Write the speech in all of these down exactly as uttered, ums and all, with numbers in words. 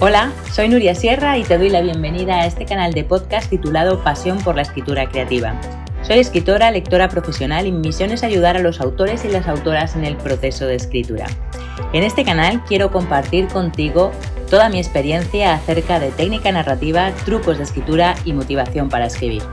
Hola, soy Nuria Sierra y te doy la bienvenida a este canal de podcast titulado Pasión por la escritura creativa. Soy escritora, lectora profesional y mi misión es ayudar a los autores y las autoras en el proceso de escritura. En este canal quiero compartir contigo toda mi experiencia acerca de técnica narrativa, trucos de escritura y motivación para escribir.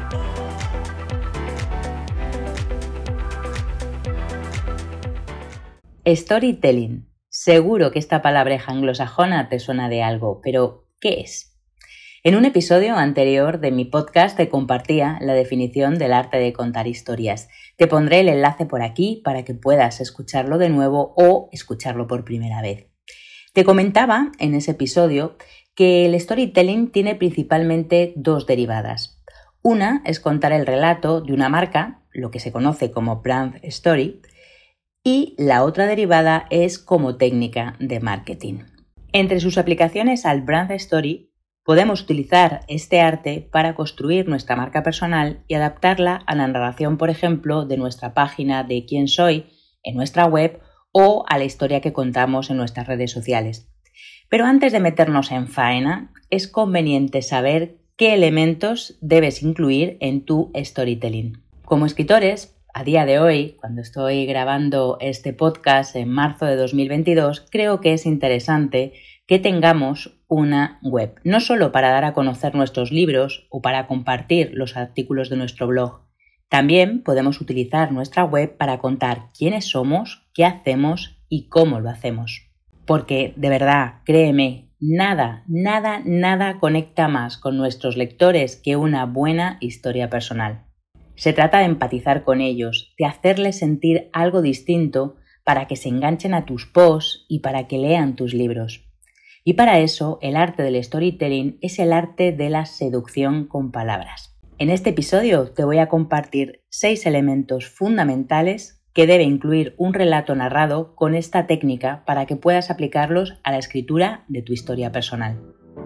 Storytelling. Seguro que esta palabreja anglosajona te suena de algo, pero ¿qué es? En un episodio anterior de mi podcast te compartía la definición del arte de contar historias. Te pondré el enlace por aquí para que puedas escucharlo de nuevo o escucharlo por primera vez. Te comentaba en ese episodio que el storytelling tiene principalmente dos derivadas. Una es contar el relato de una marca, lo que se conoce como brand story, y la otra derivada es como técnica de marketing. Entre sus aplicaciones al brand story, podemos utilizar este arte para construir nuestra marca personal y adaptarla a la narración, por ejemplo, de nuestra página de quién soy en nuestra web o a la historia que contamos en nuestras redes sociales. Pero antes de meternos en faena, es conveniente saber qué elementos debes incluir en tu storytelling. Como escritores, a día de hoy, cuando estoy grabando este podcast en marzo de dos mil veintidós, creo que es interesante que tengamos una web, no solo para dar a conocer nuestros libros o para compartir los artículos de nuestro blog. También podemos utilizar nuestra web para contar quiénes somos, qué hacemos y cómo lo hacemos. Porque, de verdad, créeme, nada, nada, nada conecta más con nuestros lectores que una buena historia personal. Se trata de empatizar con ellos, de hacerles sentir algo distinto para que se enganchen a tus posts y para que lean tus libros. Y para eso, el arte del storytelling es el arte de la seducción con palabras. En este episodio te voy a compartir seis elementos fundamentales que debe incluir un relato narrado con esta técnica para que puedas aplicarlos a la escritura de tu historia personal.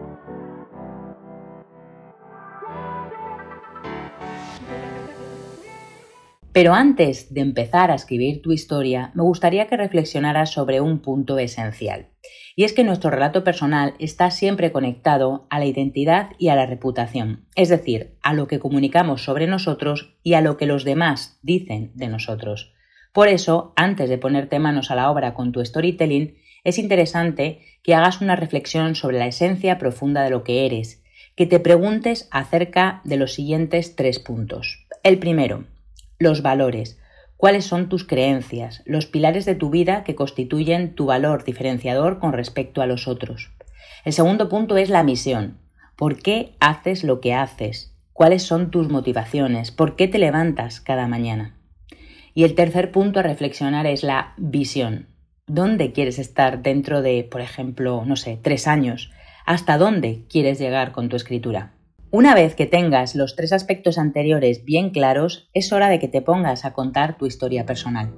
Pero antes de empezar a escribir tu historia, me gustaría que reflexionaras sobre un punto esencial. Y es que nuestro relato personal está siempre conectado a la identidad y a la reputación, es decir, a lo que comunicamos sobre nosotros y a lo que los demás dicen de nosotros. Por eso, antes de ponerte manos a la obra con tu storytelling, es interesante que hagas una reflexión sobre la esencia profunda de lo que eres, que te preguntes acerca de los siguientes tres puntos. El primero, los valores. ¿Cuáles son tus creencias, los pilares de tu vida que constituyen tu valor diferenciador con respecto a los otros? El segundo punto es la misión. ¿Por qué haces lo que haces? ¿Cuáles son tus motivaciones? ¿Por qué te levantas cada mañana? Y el tercer punto a reflexionar es la visión. ¿Dónde quieres estar dentro de, por ejemplo, no sé, tres años? ¿Hasta dónde quieres llegar con tu escritura? Una vez que tengas los tres aspectos anteriores bien claros, es hora de que te pongas a contar tu historia personal.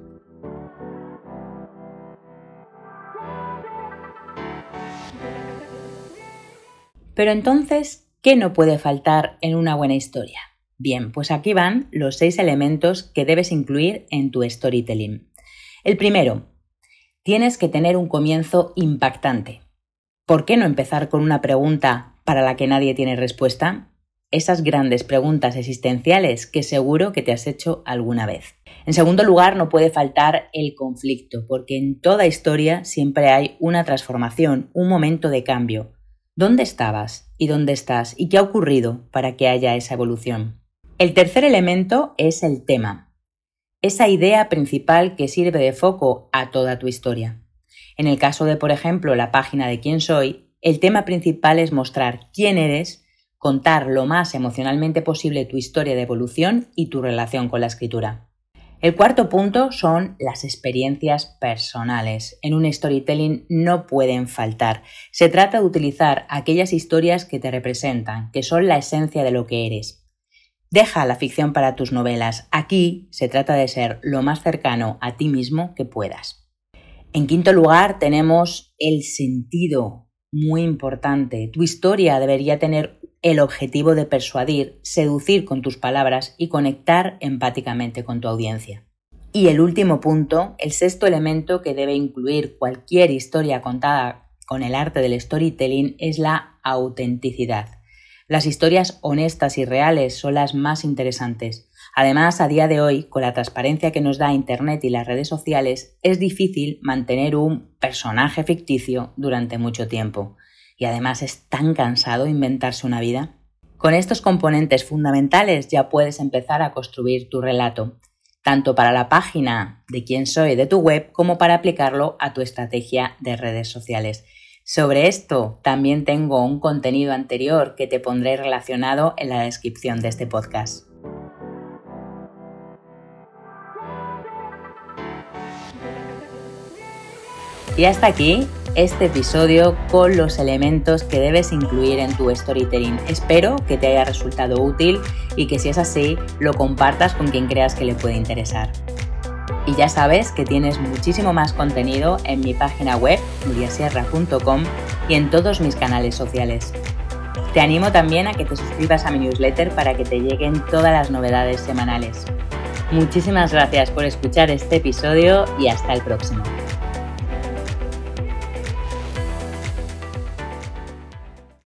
Pero entonces, ¿qué no puede faltar en una buena historia? Bien, pues aquí van los seis elementos que debes incluir en tu storytelling. El primero, tienes que tener un comienzo impactante. ¿Por qué no empezar con una pregunta para la que nadie tiene respuesta? Esas grandes preguntas existenciales que seguro que te has hecho alguna vez. En segundo lugar, no puede faltar el conflicto, porque en toda historia siempre hay una transformación, un momento de cambio. ¿Dónde estabas y dónde estás y qué ha ocurrido para que haya esa evolución? El tercer elemento es el tema, esa idea principal que sirve de foco a toda tu historia. En el caso de, por ejemplo, la página de quién soy, el tema principal es mostrar quién eres, contar lo más emocionalmente posible tu historia de evolución y tu relación con la escritura. El cuarto punto son las experiencias personales. En un storytelling no pueden faltar. Se trata de utilizar aquellas historias que te representan, que son la esencia de lo que eres. Deja la ficción para tus novelas. Aquí se trata de ser lo más cercano a ti mismo que puedas. En quinto lugar, tenemos el sentido, muy importante. Tu historia debería tener el objetivo de persuadir, seducir con tus palabras y conectar empáticamente con tu audiencia. Y el último punto, el sexto elemento que debe incluir cualquier historia contada con el arte del storytelling es la autenticidad. Las historias honestas y reales son las más interesantes. Además, a día de hoy, con la transparencia que nos da Internet y las redes sociales, es difícil mantener un personaje ficticio durante mucho tiempo. Y además es tan cansado inventarse una vida. Con estos componentes fundamentales ya puedes empezar a construir tu relato, tanto para la página de quién soy de tu web como para aplicarlo a tu estrategia de redes sociales. Sobre esto también tengo un contenido anterior que te pondré relacionado en la descripción de este podcast. Y hasta aquí este episodio con los elementos que debes incluir en tu storytelling. Espero que te haya resultado útil y que si es así, lo compartas con quien creas que le puede interesar. Y ya sabes que tienes muchísimo más contenido en mi página web, nuria sierra punto com, y en todos mis canales sociales. Te animo también a que te suscribas a mi newsletter para que te lleguen todas las novedades semanales. Muchísimas gracias por escuchar este episodio y hasta el próximo.